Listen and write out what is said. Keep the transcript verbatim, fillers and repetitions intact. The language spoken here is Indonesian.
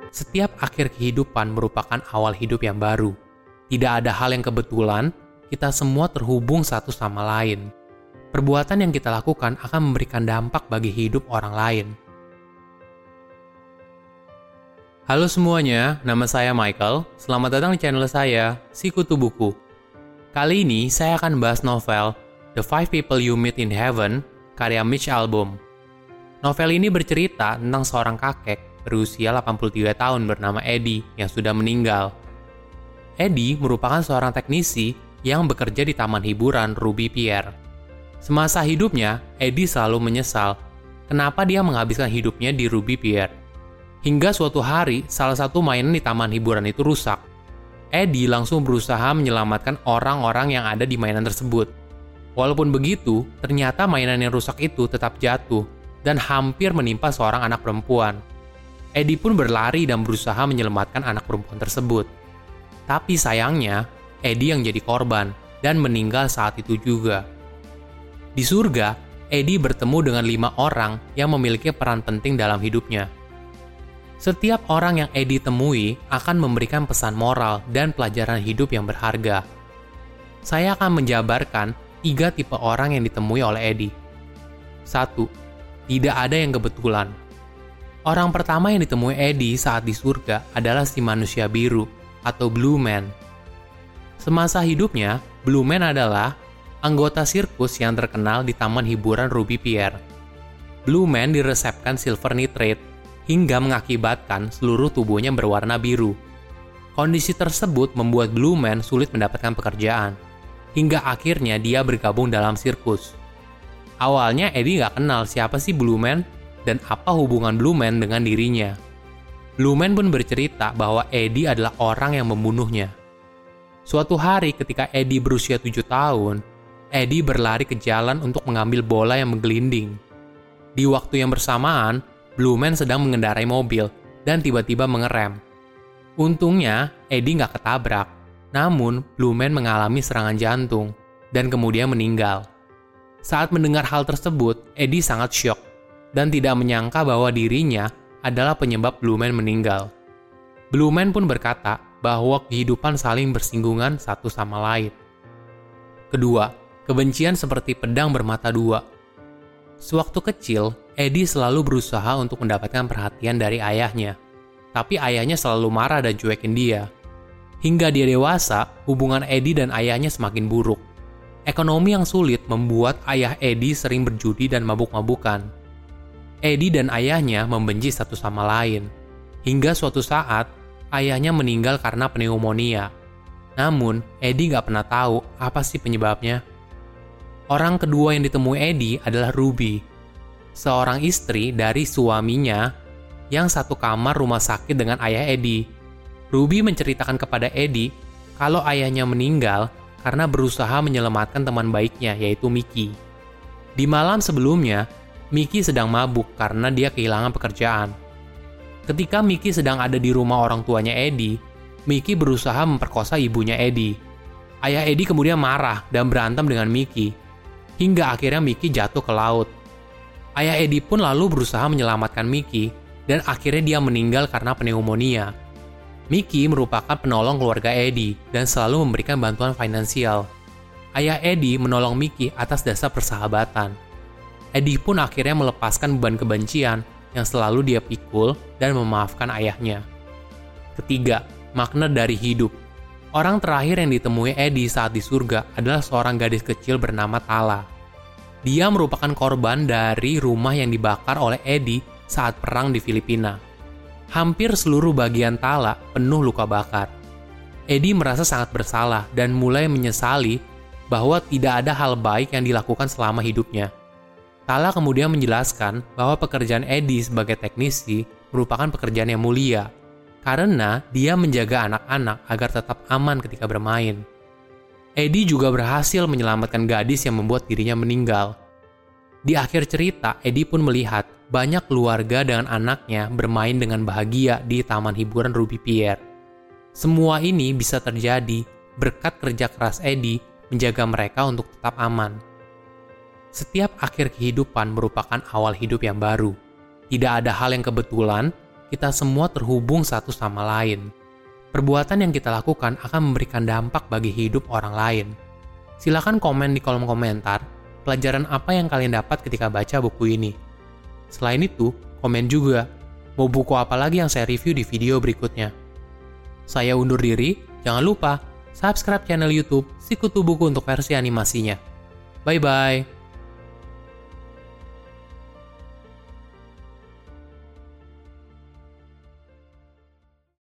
Setiap akhir kehidupan merupakan awal hidup yang baru. Tidak ada hal yang kebetulan, kita semua terhubung satu sama lain. Perbuatan yang kita lakukan akan memberikan dampak bagi hidup orang lain. Halo semuanya, nama saya Michael. Selamat datang di channel saya, Sikutu Buku. Kali ini saya akan bahas novel The Five People You Meet in Heaven, karya Mitch Albom. Novel ini bercerita tentang seorang kakek berusia delapan puluh tiga tahun bernama Eddie yang sudah meninggal. Eddie merupakan seorang teknisi yang bekerja di taman hiburan Ruby Pier. Semasa hidupnya, Eddie selalu menyesal kenapa dia menghabiskan hidupnya di Ruby Pier. Hingga suatu hari, salah satu mainan di taman hiburan itu rusak. Eddie langsung berusaha menyelamatkan orang-orang yang ada di mainan tersebut. Walaupun begitu, ternyata mainan yang rusak itu tetap jatuh dan hampir menimpa seorang anak perempuan. Eddie pun berlari dan berusaha menyelamatkan anak perempuan tersebut. Tapi sayangnya, Eddie yang jadi korban dan meninggal saat itu juga. Di surga, Eddie bertemu dengan lima orang yang memiliki peran penting dalam hidupnya. Setiap orang yang Eddie temui akan memberikan pesan moral dan pelajaran hidup yang berharga. Saya akan menjabarkan tiga tipe orang yang ditemui oleh Eddie. Satu. Tidak ada yang kebetulan. Orang pertama yang ditemui Eddie saat di surga adalah si manusia biru atau Blue Man. Semasa hidupnya, Blue Man adalah anggota sirkus yang terkenal di taman hiburan Ruby Pier. Blue Man diresepkan silver nitrate hingga mengakibatkan seluruh tubuhnya berwarna biru. Kondisi tersebut membuat Blue Man sulit mendapatkan pekerjaan, hingga akhirnya dia bergabung dalam sirkus. Awalnya Eddie gak kenal siapa sih Blue Man dan apa hubungan Blue Man dengan dirinya. Blue Man pun bercerita bahwa Eddie adalah orang yang membunuhnya. Suatu hari ketika Eddie berusia tujuh tahun, Eddie berlari ke jalan untuk mengambil bola yang menggelinding. Di waktu yang bersamaan, Blue Man sedang mengendarai mobil dan tiba-tiba mengerem. Untungnya, Eddie gak ketabrak, namun Blue Man mengalami serangan jantung dan kemudian meninggal. Saat mendengar hal tersebut, Eddie sangat syok dan tidak menyangka bahwa dirinya adalah penyebab Blue Man meninggal. Blue Man pun berkata bahwa kehidupan saling bersinggungan satu sama lain. Kedua, kebencian seperti pedang bermata dua. Sewaktu kecil, Eddie selalu berusaha untuk mendapatkan perhatian dari ayahnya, tapi ayahnya selalu marah dan cuekin dia. Hingga dia dewasa, hubungan Eddie dan ayahnya semakin buruk. Ekonomi yang sulit membuat ayah Eddie sering berjudi dan mabuk-mabukan. Eddie dan ayahnya membenci satu sama lain. Hingga suatu saat, ayahnya meninggal karena pneumonia. Namun, Eddie gak pernah tahu apa sih penyebabnya. Orang kedua yang ditemui Eddie adalah Ruby, seorang istri dari suaminya yang satu kamar rumah sakit dengan ayah Eddie. Ruby menceritakan kepada Eddie kalau ayahnya meninggal karena berusaha menyelamatkan teman baiknya, yaitu Mickey. Di malam sebelumnya, Mickey sedang mabuk karena dia kehilangan pekerjaan. Ketika Mickey sedang ada di rumah orang tuanya Eddie, Mickey berusaha memperkosa ibunya Eddie. Ayah Eddie kemudian marah dan berantem dengan Mickey, hingga akhirnya Mickey jatuh ke laut. Ayah Eddie pun lalu berusaha menyelamatkan Mickey, dan akhirnya dia meninggal karena pneumonia. Mickey merupakan penolong keluarga Eddie dan selalu memberikan bantuan finansial. Ayah Eddie menolong Mickey atas dasar persahabatan. Eddie pun akhirnya melepaskan beban kebencian yang selalu dia pikul dan memaafkan ayahnya. Ketiga, makna dari hidup. Orang terakhir yang ditemui Eddie saat di surga adalah seorang gadis kecil bernama Tala. Dia merupakan korban dari rumah yang dibakar oleh Eddie saat perang di Filipina. Hampir seluruh bagian Tala penuh luka bakar. Eddie merasa sangat bersalah dan mulai menyesali bahwa tidak ada hal baik yang dilakukan selama hidupnya. Tala kemudian menjelaskan bahwa pekerjaan Eddie sebagai teknisi merupakan pekerjaan yang mulia, karena dia menjaga anak-anak agar tetap aman ketika bermain. Eddie juga berhasil menyelamatkan gadis yang membuat dirinya meninggal. Di akhir cerita, Eddie pun melihat banyak keluarga dengan anaknya bermain dengan bahagia di taman hiburan Ruby Pier. Semua ini bisa terjadi berkat kerja keras Eddie menjaga mereka untuk tetap aman. Setiap akhir kehidupan merupakan awal hidup yang baru. Tidak ada hal yang kebetulan, kita semua terhubung satu sama lain. Perbuatan yang kita lakukan akan memberikan dampak bagi hidup orang lain. Silakan komen di kolom komentar pelajaran apa yang kalian dapat ketika baca buku ini. Selain itu, komen juga mau buku apa lagi yang saya review di video berikutnya. Saya undur diri, jangan lupa subscribe channel YouTube Sikutu Buku untuk versi animasinya. Bye-bye!